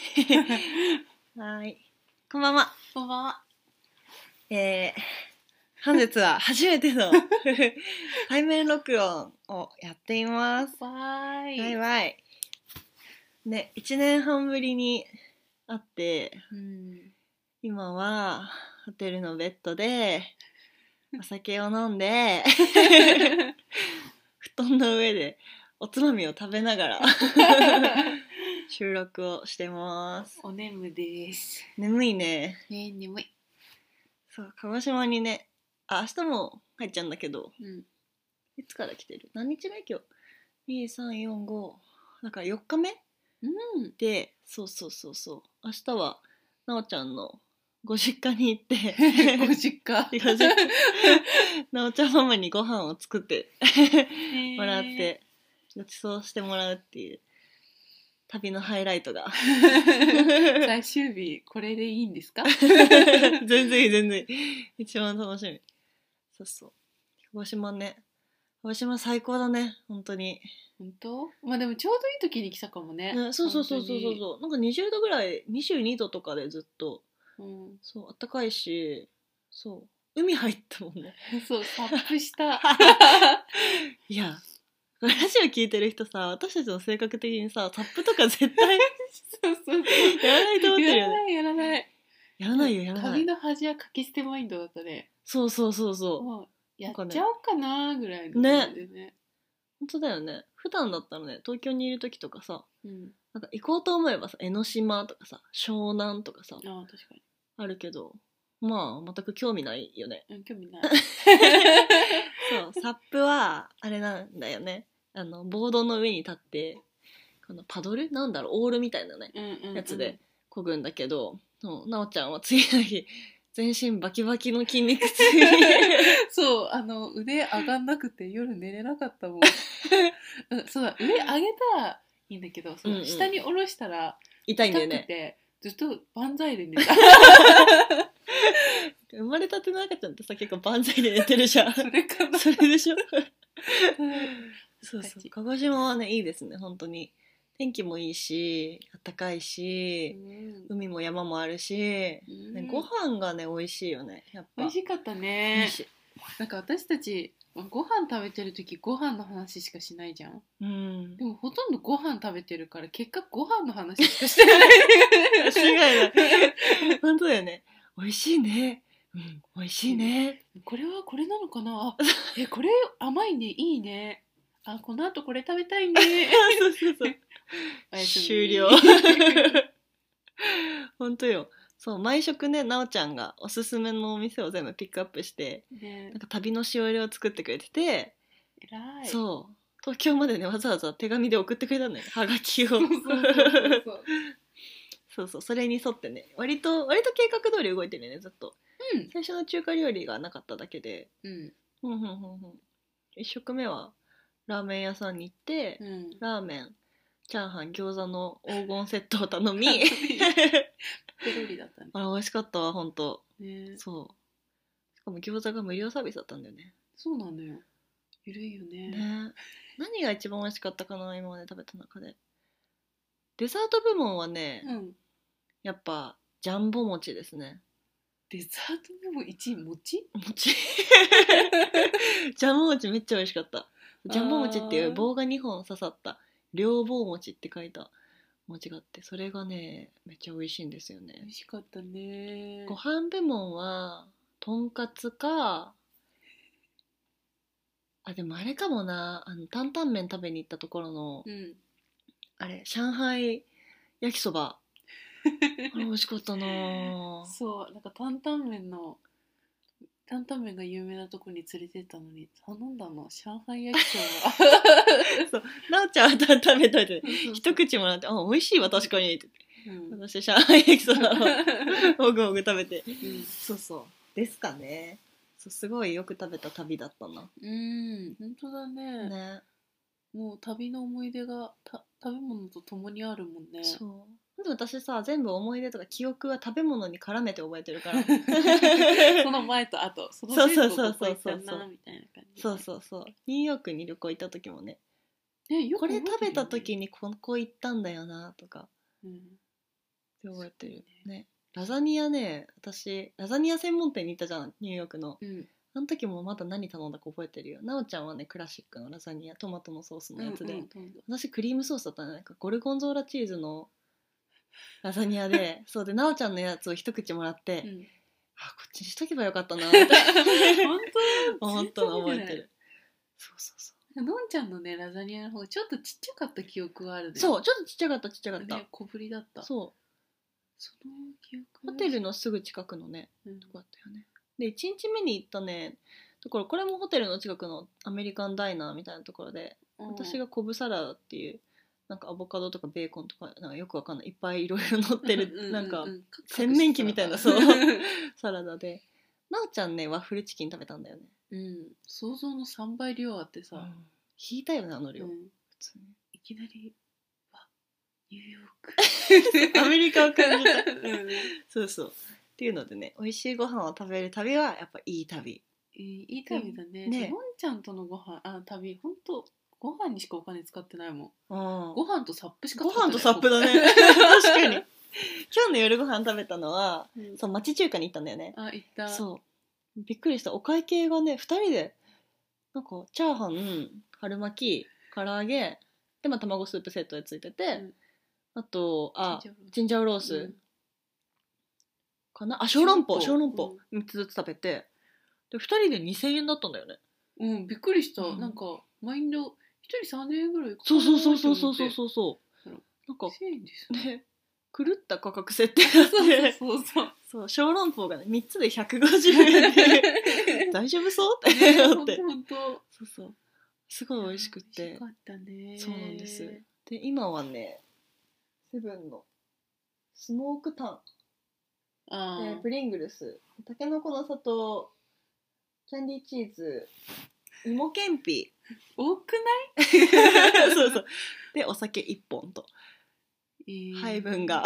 はい。こんばんは。 こんばんは。 本日は初めての対面録音をやっています。 わーい。 バイバイ。ね、1年半ぶりに会って、今はホテルのベッドでお酒を飲んで布団の上でおつまみを食べながら収録をしてます。 お眠です。 眠いね。 眠い。 そう、鹿児島にね、明日も帰っちゃうんだけど、 うん。 いつから来てる？何日目今日？ 2、3、4、5。だから4日目うん。 で、そう。明日はなおちゃんのご実家に行ってご実家。 なおちゃんママにご飯を作ってもらって、ごちそうしてもらうっていう旅のハイライトが最終日これでいいんですか？ 全然いい。一番楽しみ。そう。鹿児島ね。鹿児島最高だね、本当に。 本当？まあでもちょうどいい時に来たかもね。 ね、そう。なんか20度ぐらい、22度とかでずっと、そう、暖かいし、そう、海入ったもんね。 そう、サップした。 いや、ラジオ聞いてる人さ、私たちの性格的にさ、サップとか絶対そうやらないと思ってるよね。 やらない。 やらないよ。 旅の恥はかき捨てマインドだったね。 そう。 もうやっちゃおうかなぐらいの感じでね。 本当だよね。普段だったらね、東京にいる時とかさ、 なんか行こうと思えばさ、江ノ島とかさ、湘南とかさ、 確かにあるけど、まあ全く興味ないよね。 興味ない。 そう、サップはあれなんだよね。ボードの上に立ってこのパドルオールみたいなね、やつで漕ぐんだけど、なおちゃんは次の日全身バキバキの筋肉痛にそう腕上がんなくて夜寝れなかったもん。そうだ、上上げたらいいんだけど、下に下ろしたら痛いんだよね。 痛くてずっと万歳で寝た。 生まれたての赤ちゃんってさ、結構万歳で寝てるじゃん。 それかな。 それでしょ。そう鹿児島はね、いいですね、本当に。天気もいいし、暖かいし、海も山もあるし、ね、ご飯がね美味しいよね、やっぱ。 美味しかったね。なんか私たちご飯食べてる時ご飯の話しかしないじゃん。でもほとんどご飯食べてるから結果ご飯の話しかしてない。 間違いない。本当だよね。美味しいね。美味しいね。 これはこれなのかな。これ甘いね、いいね。この後これ食べたいね。 そう終了。本当よ。そう、毎食ね、なおちゃんがおすすめのお店を全部ピックアップして、なんか旅のしおりを作ってくれてて、 偉い。 そう、東京までね、わざわざ手紙で送ってくれたんだよ、はがきを。そうそれに沿ってね、割と計画通り動いてるね、ずっと。最初の中華料理がなかっただけで、1食目はラーメン屋さんに行って、ラーメン、チャーハン、餃子の黄金セットを頼みペロリだったね。 美味しかったわ、ほんと。そう。しかも餃子が無料サービスだったんだよね。 そうなのよ。ゆるいよね。 何が一番美味しかったかな、今まで食べた中で。デザート部門はね、やっぱジャンボ餅ですね。 デザート部門1位餅ジャンボ餅めっちゃ美味しかった。ジャンボ餅っていう棒が2本刺さった両棒餅って書いた餅があって、それがねめっちゃ美味しいんですよね。 美味しかったね。 ご飯部門はとんかつか、でもあれかもな、担々麺食べに行ったところの、あれ上海焼きそばあれ美味しかったな。 そうなんか担々麺が有名なとこに連れてったのに頼んだの上海焼きそば。 そうなおちゃんは担々麺食べて一口もらって美味しいわ確かにって、私上海焼きそばをほぐほぐ食べて、そうですかね。すごいよく食べた旅だったな。 本当だね。もう旅の思い出が食べ物と共にあるもんね。 でも私さ、全部思い出とか記憶は食べ物に絡めて覚えてるからその前と後、そのそうニューヨークに旅行行った時もね、これ食べた時にここ行ったんだよなとか、 て覚えてるね。ラザニアね、私ラザニア専門店に行ったじゃん、ニューヨークの、あの時もまだ何頼んだか覚えてるよ。なおちゃんはねクラシックのラザニア、トマトのソースのやつで、私クリームソースだったね。なんかゴルゴンゾーラチーズのラザニアでそうで、なおちゃんのやつを一口もらって、あ、こっちにしとけばよかったなって思ったの覚えてる。そうそうそう。 のんちゃんのねラザニアの方がちょっとちっちゃかった記憶があるね。 そう、ちょっとちっちゃかった、ね、 小ぶりだった。 そう、 その記憶ホテルのすぐ近くのね、とこだったよね。で1日目に行ったねところ、これもホテルの近くのアメリカンダイナーみたいなところで、私がコブサラダっていうなんかアボカドとかベーコンとかなんかよくわかんないいっぱいいろいろ乗ってるなんか洗面器みたいなそうサラダで、なおちゃんねワッフルチキン食べたんだよね。 想像の3倍量あってさ、 引いたよねあの量、普通にいきなりニューヨークアメリカを感じたそうそうっていうのでね、美味しいご飯を食べる旅はやっぱいい旅、 いい旅だね。のんちゃんとの旅ほんとご飯にしかお金使ってないもん。ご飯とサップしか使ってない。ご飯とサップだね確かに今日の夜ご飯食べたのは、そう町中華に行ったんだよね。 行った。 そうびっくりした。お会計がね2人でなんかチャーハン、春巻き、唐揚げで、卵スープセットでついてて、あとチンジャオロースかな、小籠包3つずつ食べて、で2人で2000円だったんだよね。 びっくりした、なんかマインド1人3000円ぐらいかそうなんかね、狂った価格設定だってそう小籠包がね3つで150円で大丈夫そうって思ってそうすごい美味しくて、 美味しかったね。 そうなんです。で今はねセブンのスモークタンでプリングルス、たけのこの里、キャンディーチーズ、芋けんぴ多くないそうでお酒1本と、配分が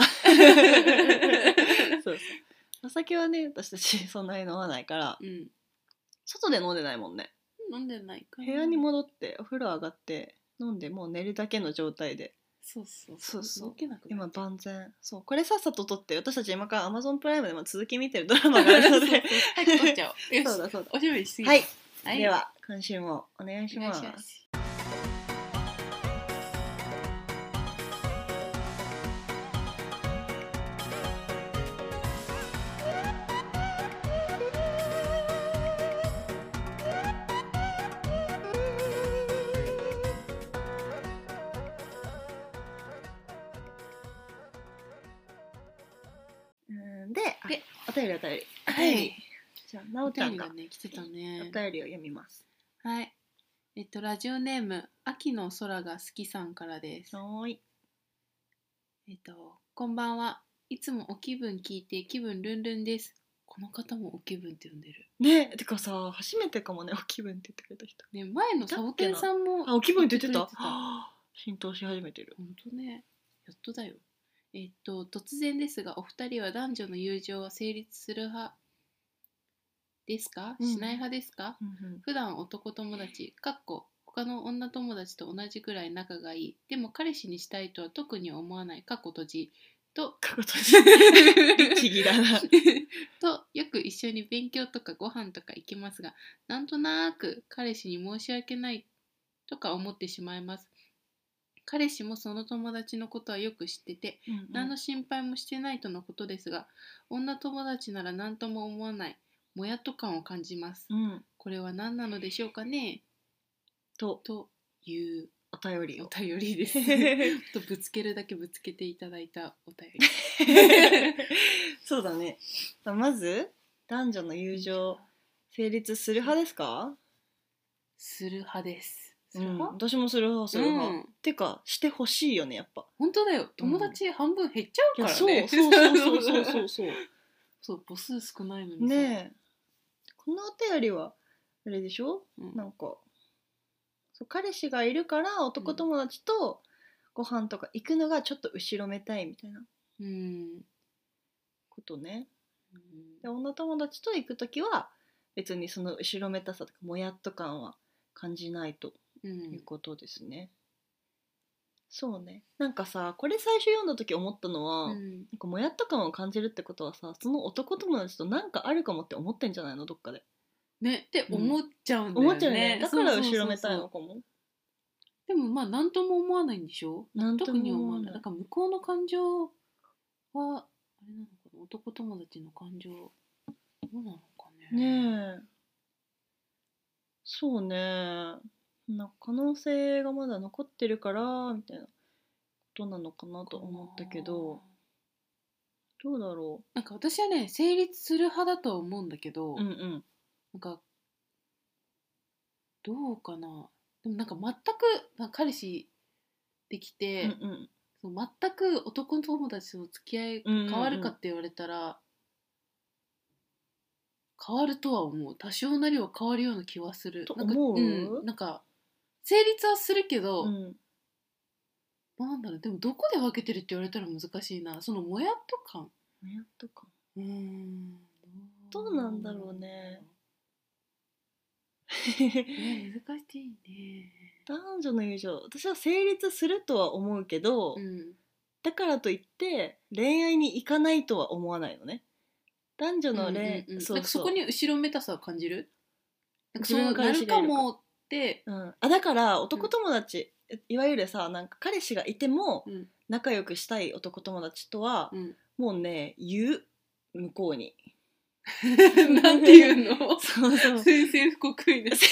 そうお酒はね私たちそんなに飲まないから、外で飲んでないもんね。 飲んでないかな。 部屋に戻ってお風呂上がって飲んでもう寝るだけの状態で、 そう今万全。そうこれさっさと撮って、私たち今から Amazon プライムでも続き見てるドラマがあるので早く撮っちゃおうそうだおしゃべりしすぎはい、では今週もお願いします。でお便り、じゃあなおちゃんが来てたね。 お便りを読みます。 はい、ラジオネーム秋の空が好きさんからです。 はい。 こんばんは。いつもお気分聞いて気分ルンルンです。この方もお気分って呼んでるね。てかさ初めてかもね、お気分って言ってくれた人ね。前のサボテンさんもお気分って言ってた浸透し始めてる。 ほんとね、やっとだよ。突然ですがお二人は男女の友情は成立する派ですか、しない派ですか、普段男友達他の女友達と同じくらい仲がいい、でも彼氏にしたいとは特に思わない閉じと律儀だなとよく一緒に勉強とかご飯とか行きますが、なんとなく彼氏に申し訳ないとか思ってしまいます。彼氏もその友達のことはよく知ってて、何の心配もしてないとのことですが、女友達なら何とも思わないもやっと感を感じます。これは何なのでしょうかねというお便りですとぶつけるだけぶつけていただいたお便りそうだね。まず男女の友情成立する派ですか？ する派です。 私もする派、てかしてほしいよね。やっぱ本当だよ。友達半分減っちゃうからね。そう母数少ないのにさね。このお便りはあれでしょ、なんかそう彼氏がいるから男友達とご飯とか行くのがちょっと後ろめたいみたいなことね。で女友達と行くときは別にその後ろめたさとかもやっと感は感じないということですね。 そうね。なんかさ、これ最初読んだ時思ったのは、 うんなんかもやっと感を感じるってことはさ、その男友達となんかあるかもって思ってんじゃないの、どっかで。 ねって思っちゃうんだよね、 思っちゃうよね。だからそうそうそうそう後ろめたいのかも。 でもまあ何とも思わないんでしょ。 なんとも特に思思わないわない。だから向こうの感情はあれなのかな、男友達の感情どうなのかね。 ねえ。そうね。なんか可能性がまだ残ってるからみたいなことなのかなと思ったけど、どうだろなんか私はね成立する派だとは思うんだけど、 う。うんうん。 なんかどうかな。でもなんか全くなんか彼氏できうんて、 うんそう全く男友達との付き合いうんうんうん変わるかって言われたら、変わるとは思う。多少なりは変わるような気はする。なんかと思う。 なんか成立はするけど、 うんなんだろう、でもどこで分けてるって言われたら難しいな。そのもやっと感。 もやっとか。 うーん。 どうなんだろうね。 難しいね。 男女の友情、私は成立するとは思うけど、 うん。 だからといって恋愛に行かないとは思わないのね。男女のなんかそこに後ろめたさを感じる。なんかそう自分の彼なる氏がいるかかもって、 だから男友達、いわゆるさ、なんか彼氏がいてもうん仲良くしたい男友達とは、 うんもうね言う、向こうに。 なんていうの？ そうそう宣戦布告みたいな。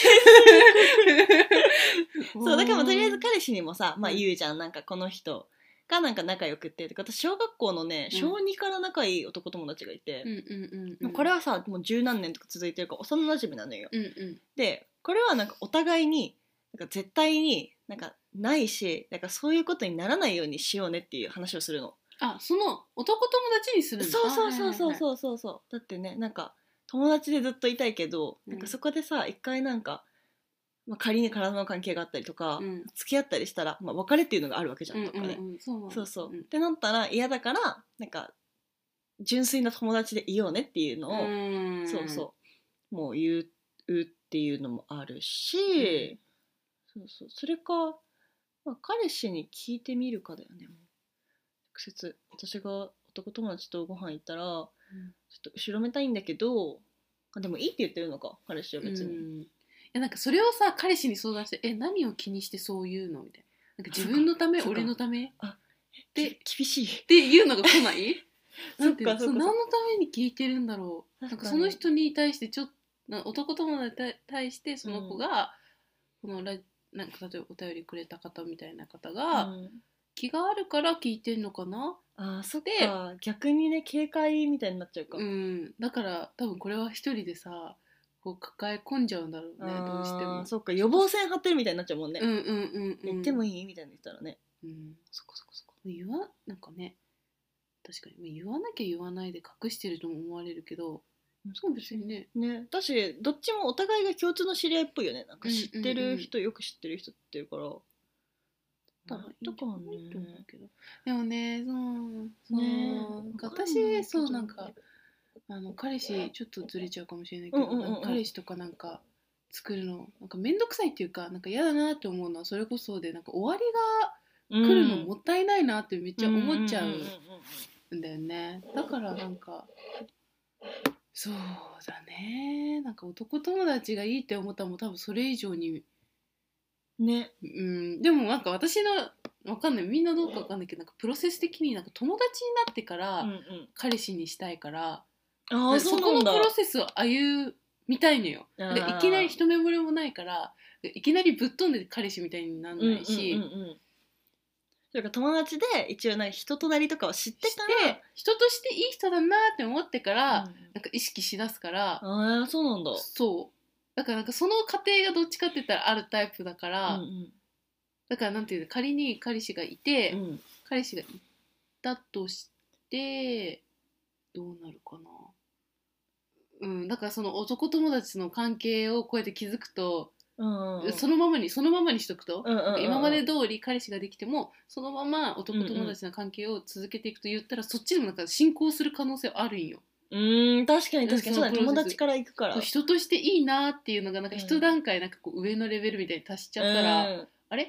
そうだからもうとりあえず彼氏にもさ、まあうん言うじゃん、なんかこの人がなんか仲良くってとか。私小学校のね、 うん小2から仲いい男友達がいて、 うんこれはさもう十何年とか続いてるから幼馴染なのよ。 うんでこれはなんかお互いになんか絶対になんかないし、なんかそういうことにならないようにしようねっていう話をするの。 あ、その男友達にするんだ。 そうそうそうそうう。 そうそうそう。だってね、なんか友達でずっといたいけど、 うんなんかそこでさ一回なんか、まあ、仮に体の関係があったりとか、 うん付き合ったりしたら、まあ、別れっていうのがあるわけじゃん、どっかで。そうそう、ってなったら嫌だから、なんか純粋な友達でいようねっていうのを、そうそうもう言うっていうのもあるし、そうそう、それか、まあ、彼氏に聞いてみるかだよね。もう直接私が男友達とご飯行ったら、ちょっと後ろめたいんだけど、でもいいって言ってるのか、彼氏は別に。 いやなんかそれをさ彼氏に相談して何を気にしてそういうのみたいな。なんか自分のため俺のためで厳しいっていうのが来ない？なんていうの、 そっか何のために聞いてるんだろう。なんかその人に対して男友達に対してその子が、このなんか例えばお便りくれた方みたいな方が、気があるから聞いてんのかな。 そっか、逆にね警戒みたいになっちゃうか。 だから多分これは一人でさこう抱え込んじゃうんだろうね、どうしても。 そっか、予防線張ってるみたいになっちゃうもんね。 言ってもいいみたいな言ったらね。 そっかそっかそっか。なんかね、確かに言わなきゃ言わないで隠してるとも思われるけど、そう別にね。 ね、だしどっちもお互いが共通の知り合いっぽいよね。なんか知ってる人、よく知ってる人って言ってるから。 とかもね。でもね、なんか私そうなんか彼氏ちょっとずれちゃうかもしれないけど、彼氏とかなんか作るのなんか面倒くさいっていうか、なんか嫌だなって思うのはそれこそで、なんか終わりが来るのもったいないなってめっちゃ思っちゃうんだよね。だからなんかそうだね、なんか男友達がいいって思ったらもう多分それ以上にね。 でもなんか私のわかんない、みんなどうかわかんないけど、なんかプロセス的になんか友達になってから彼氏にしたいから、そこのプロセスを歩みたいのよ。でいきなり一目惚れもないから、いきなりぶっ飛んで彼氏みたいにならないし、 それか友達で一応なんか人となりとかを知ってから人としていい人だなって思ってから、なんか意識しだすから。 そうなんだ。 そうだからなんかその過程がどっちかって言ったらあるタイプだから、だからなんていうの、仮に彼氏がいて、彼氏がいたとしてどうなるかな。だからその男友達の関係をこうやって築くと、そのままにしとくと、今まで通り彼氏ができてもそのまま男友達の関係を続けていくと言ったら、そっちでもなんか進行する可能性はあるんよ。 確かにそうだね、友達から行くから人としていいなっていうのがなんか一段階なんかこう上のレベルみたいに達しちゃったら、あれ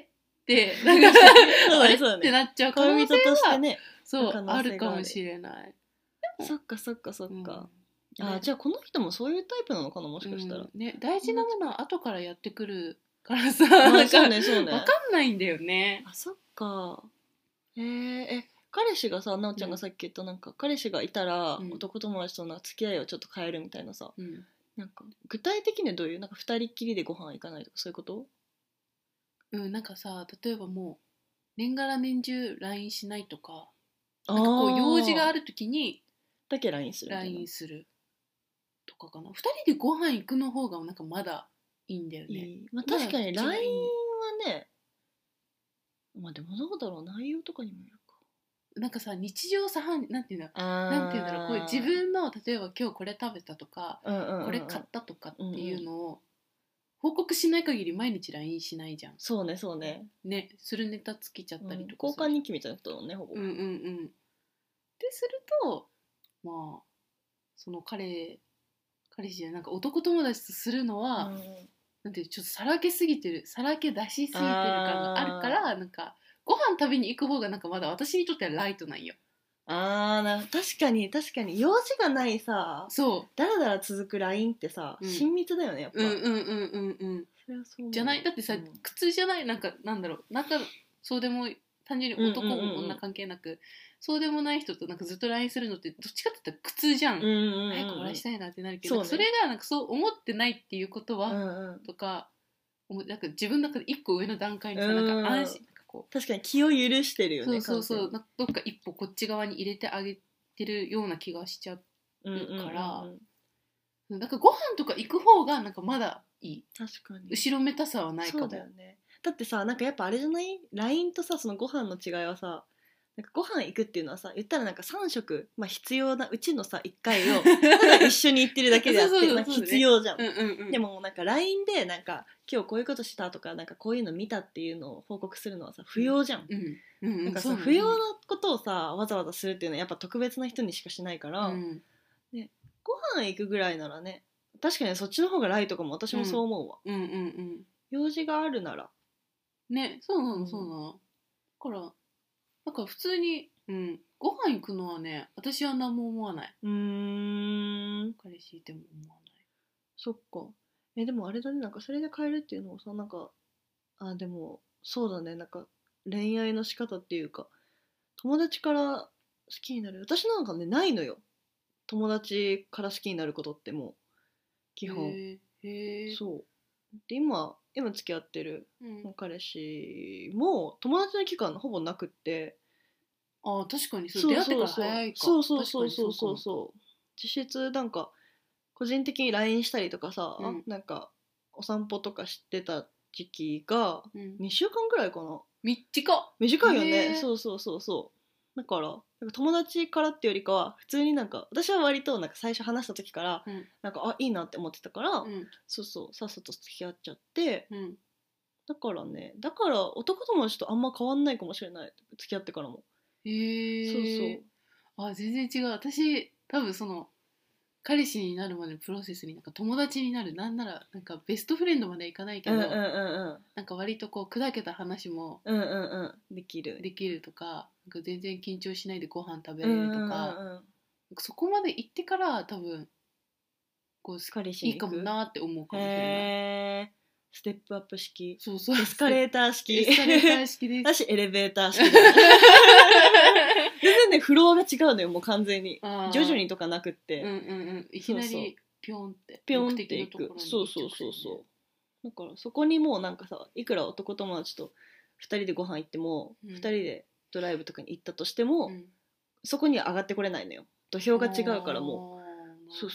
てなんかあれってなっちゃう可能性恋人としては、 ね、 そうあるかもしれない。 そっかそっかそっか、 ね、 じゃあこの人もそういうタイプなのかな、もしかしたら、 ね、大事なものは後からやってくるからさ、 そうねそうね、 分かんないんだよね。 そっか。彼氏がさ、なおちゃんがさっき言ったなんか、彼氏がいたら男友達との付き合いをちょっと変えるみたいなさ、なんか具体的にはどういう、なんか2人っきりでご飯行かないとかそういうこと？ なんかさ、例えばもう年がら年中 LINE しないとか、なんかこう用事がある時にだけ LINE するみたいな。 LINE するとかかな。2人でご飯行くの方がなんかまだいいんだよね。 確かに LINE はね、でもどうだろう、内容とかにもよるか。 なんかさ、日常茶飯、なんていうんだろう、こういう自分の例えば今日これ食べたとか、これ買ったとかっていうのを報告しない限り毎日 LINE しないじゃん。 そうねそうね。 ね、するネタ尽きちゃったりとか、 交換日記みたいなことだもんね、ほぼ。 ですると、まあその彼氏でなんか男友達とするのは、なんていう、ちょっとさらけすぎてる、さらけ出しすぎてる感があるから、なんかご飯食べに行く方がなんかまだ私にとってはライトなんよ。 確かに用事がないさ、 そうだらだら続く LINE ってさ、親密だよねやっぱ。それはそうじゃない、だってさ、苦痛じゃない、なんかなんだろう、なんかそうでも単純に男も女関係なく、そうでもない人となんかずっと LINE するのってどっちかって言ったら苦痛じゃん。早く終わらしたいなってなるけど、それがなんかそう思ってないっていうことは、とか、なんか自分の中で一個上の段階にさ、なんか安心、なんかこう確かに気を許してるよね。 そうなんかどっか一歩こっち側に入れてあげてるような気がしちゃうから、なんかご飯とか行く方がなんかまだいい。 確かに後ろめたさはないかも。 そうだよね。だってさ、なんかやっぱあれじゃない？ LINE とさ、そのご飯の違いはさ、なんかご飯行くっていうのはさ、言ったらなんか3食、必要なうちのさ1回をただ一緒に行ってるだけであって必要じゃん。でもなんか LINE でなんか今日こういうことしたとか、なんかこういうの見たっていうのを報告するのはさ不要じゃん。なんかさ、不要なことをさわざわざするっていうのはやっぱ特別な人にしかしないから、ね、ご飯行くぐらいならね、確かにそっちの方がライトかも。私もそう思うわ。用事があるならね、そうなのそうなの。だからなんか普通に、ご飯行くのはね、私は何も思わない。彼氏いても思わない。 そっか。でもあれだね、なんかそれで変えるっていうのもさ、なんかでもそうだね、なんか恋愛の仕方っていうか、友達から好きになる、私なんかねないのよ。友達から好きになることってもう基本。そうで今付き合ってる彼氏も友達の期間ほぼなくって。 確かにそう、出会ってから早いか。 そう実質なんか個人的に LINE したりとかさ、なんかお散歩とかしてた時期が2週間ぐらいかな。短いよね。そうだから友達からっていうよりかは普通になんか私は割となんか最初話した時からなんかいいなって思ってたから、さっさと付き合っちゃって、だから男友達とあんま変わんないかもしれない、付き合ってからも。 全然違う。私多分その彼氏になるまでのプロセスになんか友達になる、なんならなんかベストフレンドまでいかないけど、なんか割とこう砕けた話もできるとか、なんか全然緊張しないでご飯食べれるとか、そこまで行ってから多分こういいかもなって思うかもしれない。 ステップアップ式。 エスカレーター式。 です。 私エレベーター式だね。全然ね、フロアが違うのよ、もう完全に。徐々にとかなくって。 いきなりピョンっていく。そうだからそこにもうなんかさ、いくら男友達と2人でご飯行っても、2人でドライブとかに行ったとしても、そこには上がってこれないのよ。土俵が違うからもう。そう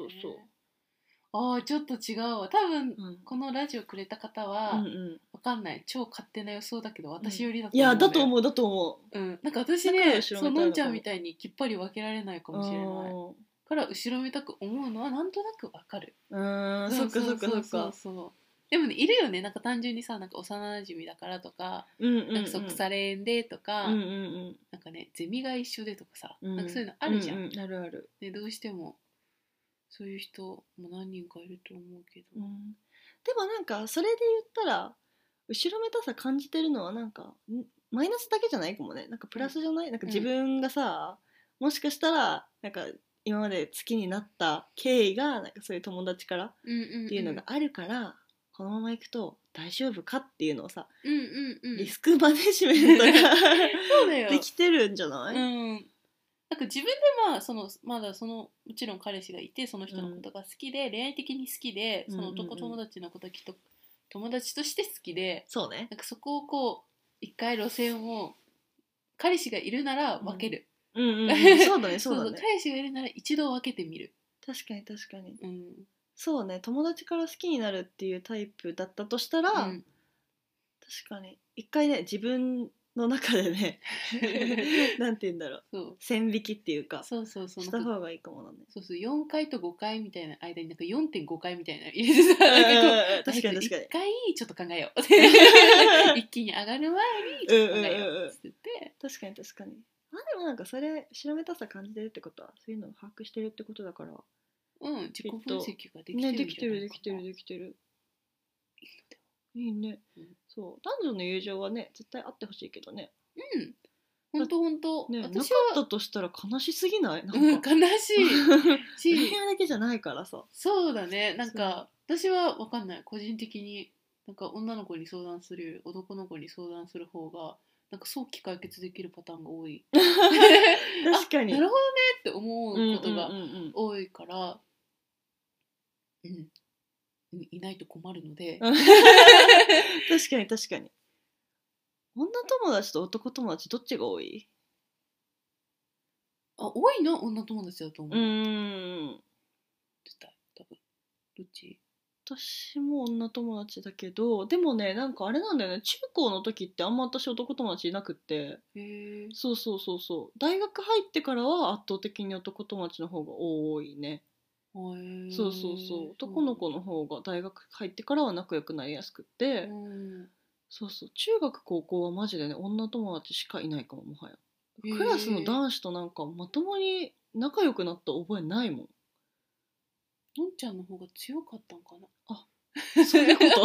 ちょっと違うわ。多分、このラジオくれた方は、わかんない、超勝手な予想だけど私よりだと思う、 いやだと思う。 なんか私ね、のんちゃんみたいにきっぱり分けられないかもしれないから後ろめたく思うのはなんとなくわかる。そっか。でもね、いるよね、なんか単純にさ、なんか幼馴染だからとか、なんか腐れ縁でとか、なんかね、ゼミが一緒でとかさ、なんかそういうのあるじゃん。 ある。 でどうしてもそういう人も何人かいると思うけど、 でもなんかそれで言ったら後ろめたさ感じてるのはなんかマイナスだけじゃないかもね。なんかプラスじゃない、なんか自分がさ、もしかしたらなんか今まで好きになった経緯がなんかそういう友達からっていうのがあるから、このままいくと大丈夫かっていうのをさ、リスクマネジメントがそうだよできてるんじゃない？ なんか自分でまだもちろん彼氏がいてその人のことが好きで、恋愛的に好きでその男友達のこときっと友達として好きで、 そうね、 なんかそこをこう一回路線を彼氏がいるなら分ける、 そうだねそうだね彼氏がいるなら一度分けてみる。 確かに確かに、そうね、友達から好きになるっていうタイプだったとしたら、確かに一回ね自分の中でねなんて言うんだろう、線引きっていうかした方がいいかもなね。 4回と5回みたいな間になんか 4.5 回みたいな入れてさ、 確かに確かに 1回ちょっと考えよう一気に上がる前にちょっと考えようって言って、 確かに確かに。でもなんかそれ後ろめたさ感じてるってことはそういうのを把握してるってことだから、 自己分析ができてるんじゃないかな。 ね、できてるいいね、そう男女の友情はね絶対あってほしいけどね。 本当、 ね、私はなかったとしたら悲しすぎない？なんか、 悲しい恋愛だけじゃないからさ。 そうだね、なんか私は分かんない、個人的になんか女の子に相談するより男の子に相談する方がなんか早期解決できるパターンが多い確かになるほどねって思うことが多いから、いないと困るので確かに確かに。女友達と男友達どっちが多い？ 多いの女友達だと思う。絶対多分どっち？ 私も女友達だけど、でもねなんかあれなんだよね、中高の時ってあんま私男友達いなくって、そう大学入ってからは圧倒的に男友達の方が多いね。そう男の子の方が大学入ってからは仲良くなりやすくって、中学高校はマジでね女友達しかいないかも。もはやクラスの男子となんかまともに仲良くなった覚えないもん。 のんちゃんの方が強かったんかな。 そういうこと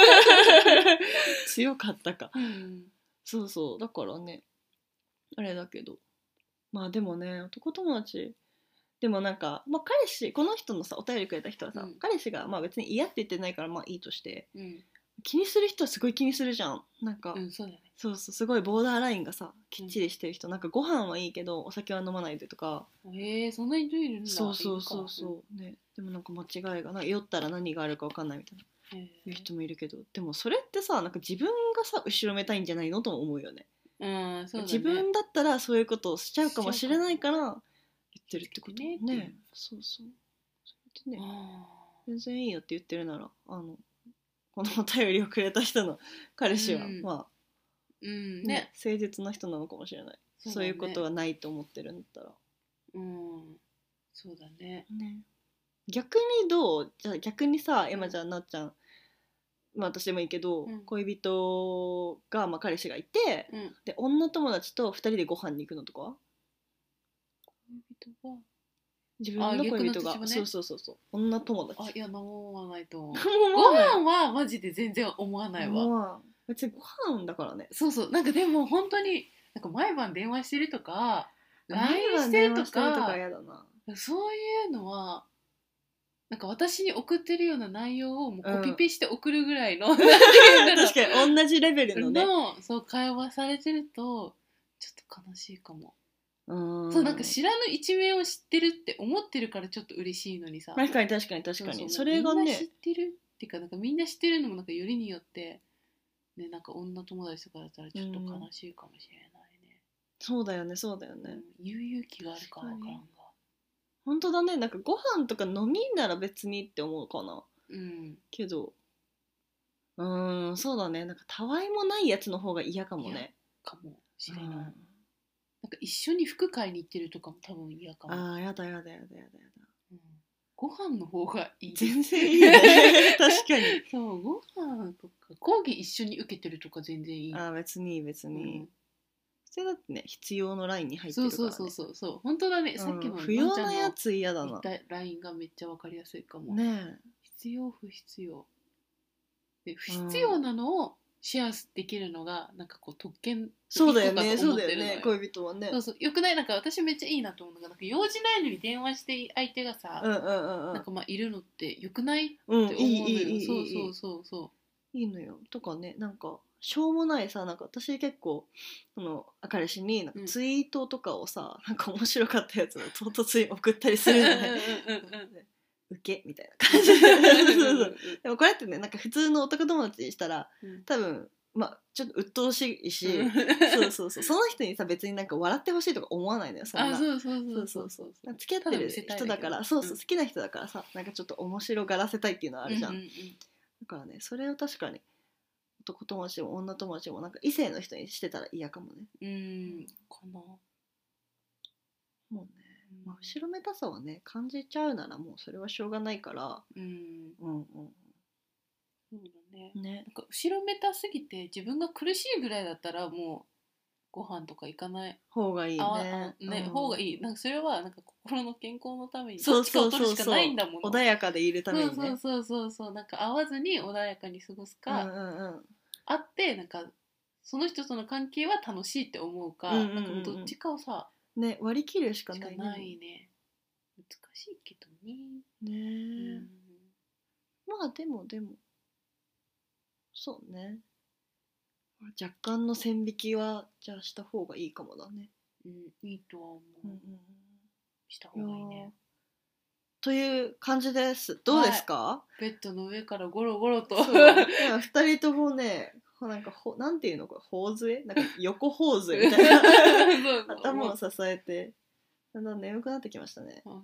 強かったか、だからねあれだけど、まあでもね男友達でもなんか、彼氏この人のさお便りくれた人はさ、彼氏が別に嫌って言ってないからいいとして、気にする人はすごい気にするじゃん。なんか、 そうだね、 すごいボーダーラインがさきっちりしてる人、なんかご飯はいいけどお酒は飲まないでとか、 そんな人いるんだ。 ね、でもなんか間違いが酔ったら何があるか分かんないみたいないう人もいるけど、でもそれってさなんか自分がさ後ろめたいんじゃないのとも思うよね。そうだね、自分だったらそういうことをしちゃうかもしれないから言ってるってことね。それってね全然いいよって言ってるならこのお便りをくれた人の彼氏は誠実な人なのかもしれない。そういうことはないと思ってるんだったら。 そうだね。 逆にどう？じゃあ逆にさ、今じゃあなっちゃん、私でもいいけど、恋人が彼氏がいて、で女友達と2人でご飯に行くのとか？ 恋人が自分の恋人が、そう女友達。 いや思わないと思う。ご飯はマジで全然思わないわ。 別にご飯だからね。 なんかでも本当になんか毎晩電話してるとか LINE してるとか嫌だな。 そういうのはなんか私に送ってるような内容をもうコピペして送るぐらいの、確かに同じレベルのね会話されてるとちょっと悲しいかも。なんか知らぬ一面を知ってるって思ってるからちょっと嬉しいのにさ。 確かにそれがね、 みんな知ってるっていうか、なんかみんな知ってるのもなんかよりによってね、なんか女友達とかだったらちょっと悲しいかもしれないね。 そうだよね、 言う勇気があるかわからんが。 本当だね、なんかご飯とか飲みなら別にって思うかな。けどそうだね、なんかたわいもないやつの方が嫌かもね。 かもしれない。なんか一緒に服買いに行ってるとかも多分嫌かも。 やだ、 ご飯の方がいい。 全然いいね確かに。 ご飯とか講義一緒に受けてるとか全然いい。 別にそれだってね必要のラインに入ってるからね。 そう本当だね。さっきの不要なやつ嫌だな。 ラインがめっちゃ分かりやすいかもね。 必要不必要で不必要なのをシェアできるのがなんかこう特権そうだよね、 一個かとそう思ってるのよ。 だよね、恋人はね。 そうそう、よくない？なんか私めっちゃいいなと思うのが、なんか用事ないのに電話して相手がさ、 うんうんうんうん。 なんかまあいるのってよくないってうん、 思うのよ。 いいいいいいそういいそうそうそいいのよ。とかね、なんかしょうもないさ、なんか私結構彼氏になんかツイートとかをさ、なんか面白かったやつを唐突に送ったりするじゃないウケみたいな感じでそうそうでもこれってね、なんか普通の男友達にしたら多分まあちょっと鬱陶しいし、そうそうそう、その人にさ別になんか笑ってほしいとか思わないのよ、そんな。 あ、そうそうそうそうそうそう、付き合ってる人だから、そうそう、好きな人だからさ、なんかちょっと面白がらせたいっていうのはあるじゃん。だからね、それを確かに男友達も女友達もなんか異性の人にしてたら嫌かもね。 かな。 もうね、まあ、後ろめたさはね感じちゃうならもうそれはしょうがないから、うんうんそうだね。 ね、 なんか後ろめたすぎて自分が苦しいぐらいだったらもうご飯とか行かない方がいいね。 方がいい。なんかそれはなんか心の健康のためにそうどっちかそうそうを取るしかないんだもの。 穏やかでいるためにね。 そうそうそうそう、なんか会わずに穏やかに過ごすか、会ってなんかその人との関係は楽しいって思うか、なんかもうどっちかをさね、割り切るしかないね。難しいけどね。 ね、まあでもそうね、若干の線引きはじゃあした方がいいかもだね。 いいとは思う。した方がいいね。 という感じです。どうですか？ ベッドの上からゴロゴロと。 2人ともね、なんかなんていうのか、頬杖、なんか横頬杖みたいな頭を支えてだんだん眠くなってきましたね。はい。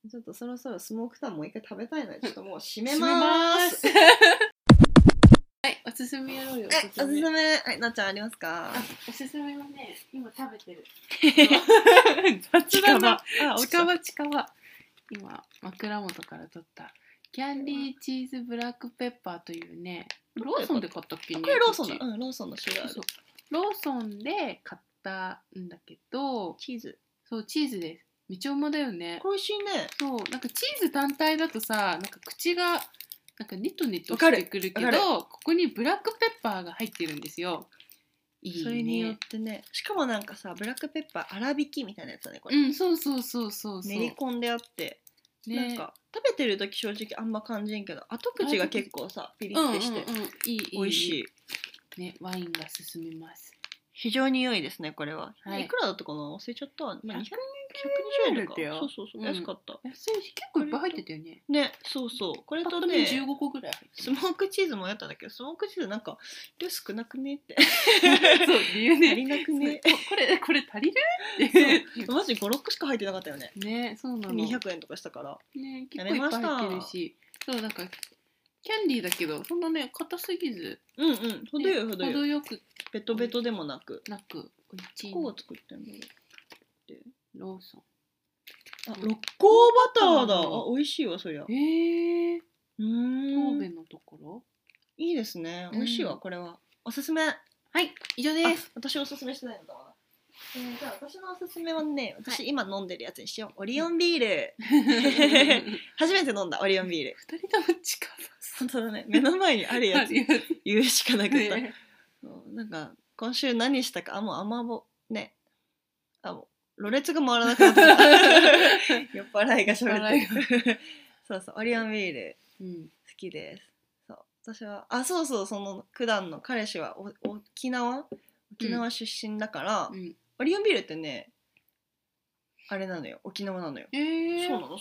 ちょっとそろそろスモークタンもう一回食べたいのでちょっともう閉めますはい、おすすめやろうよ。 おすすめ、はい、なっちゃんありますか？ おすすめはね、今食べてる。 雑だな。 近場。今枕元から取ったキャンディーチーズブラックペッパーというね、ローソンで買ったっけね。 これローソンだ。ローソンの種類ある。 ローソンで買ったんだけど、 チーズ。 そう、チーズです。めっちゃうまだよね。 美味しいね。 そう、なんかチーズ単体だとさ、なんか口がなんかニトニトしてくるけど、ここにブラックペッパーが入ってるんですよ。いいね。 それによってね、しかもなんかさ、ブラックペッパー粗挽きみたいなやつだねこれ。 そう練り込んであって、なんか食べてる時正直あんま感じんけど、後口が結構さピリッてして美味しいね。ワインが進みます。 非常に良いですねこれは。いくらだったかな、忘れちゃった。120円とか。そう安かった。 安いし結構いっぱい入ってたよね。 ね、そうこれとね、 15個ぐらい入ってスモークチーズもやったんだけど、スモークチーズなんか量少なくねってそう理由ね、 足りなくねこれ足りるってマジ5、6個しか入ってなかったよね。 ね、そうなの。 200円とかしたからね、結構いっぱい入ってるし、そうなんかキャンディーだけどそんなね硬すぎず、程よくベトベトでもなくおいしい。 ここが作ってんのローソン。 六甲バターだ。美味しいわそりゃ。 神戸のところいいですね。美味しいわこれは。おすすめ。 はい、以上です。 私おすすめしてないのだわ。じゃあ私のおすすめはね、私今飲んでるやつにしよう。オリオンビール。初めて飲んだオリオンビール。 2人とも近場。 本当だね。目の前にあるやつ言うしかなかった。なんか今週何したか、もうあんまね、ろれつが回らなくなった酔っ払いが喋ってるそうオリオンビール好きです。そう私はその九段の彼氏は沖縄出身だから、オリオンビールってねあれなのよ、沖縄なのよ。そうなの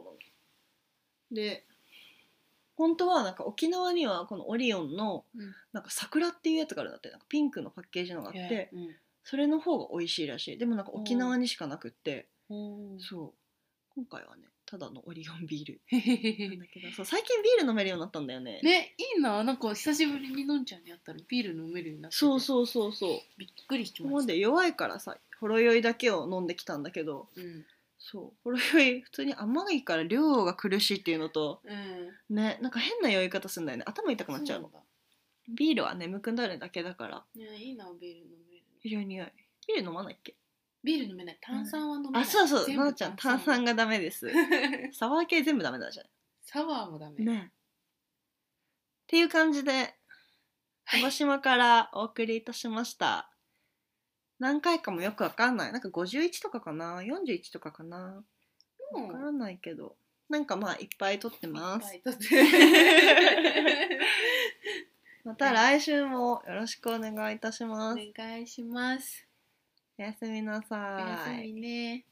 で、本当はなんか沖縄にはこのオリオンのなんか桜っていうやつがあるんだって。なんかピンクのパッケージのがあって、それの方が美味しいらしい。でもなんか沖縄にしかなくって、そう今回はねただのオリオンビールなんだけど、そう最近ビール飲めるようになったんだよね。 ね、いいな。なんか久しぶりにのんちゃんに会ったらビール飲めるようになってて、 そうびっくりしました。 今まで弱いからさほろ酔いだけを飲んできたんだけど、そうほろ酔い普通に甘いから量が苦しいっていうのと、ね、なんか変な酔い方するんだよね。頭痛くなっちゃうの。ビールは眠くなるだけだから。 ね、いいなビール飲める。 非常に良い。ビール飲まないっけ？ ビール飲めない。炭酸は飲めない。 そうななちゃん炭酸がダメですサワー系全部ダメだじゃん。 サワーもダメねっていう感じで鹿児島からお送りいたしました。何回かもよくわかんない。なんか51とかかな、41とかかな。わからないけど、なんかまあいっぱい撮ってます。また来週もよろしくお願いいたします。 お願いします。 おやすみなさい。 おやすみね。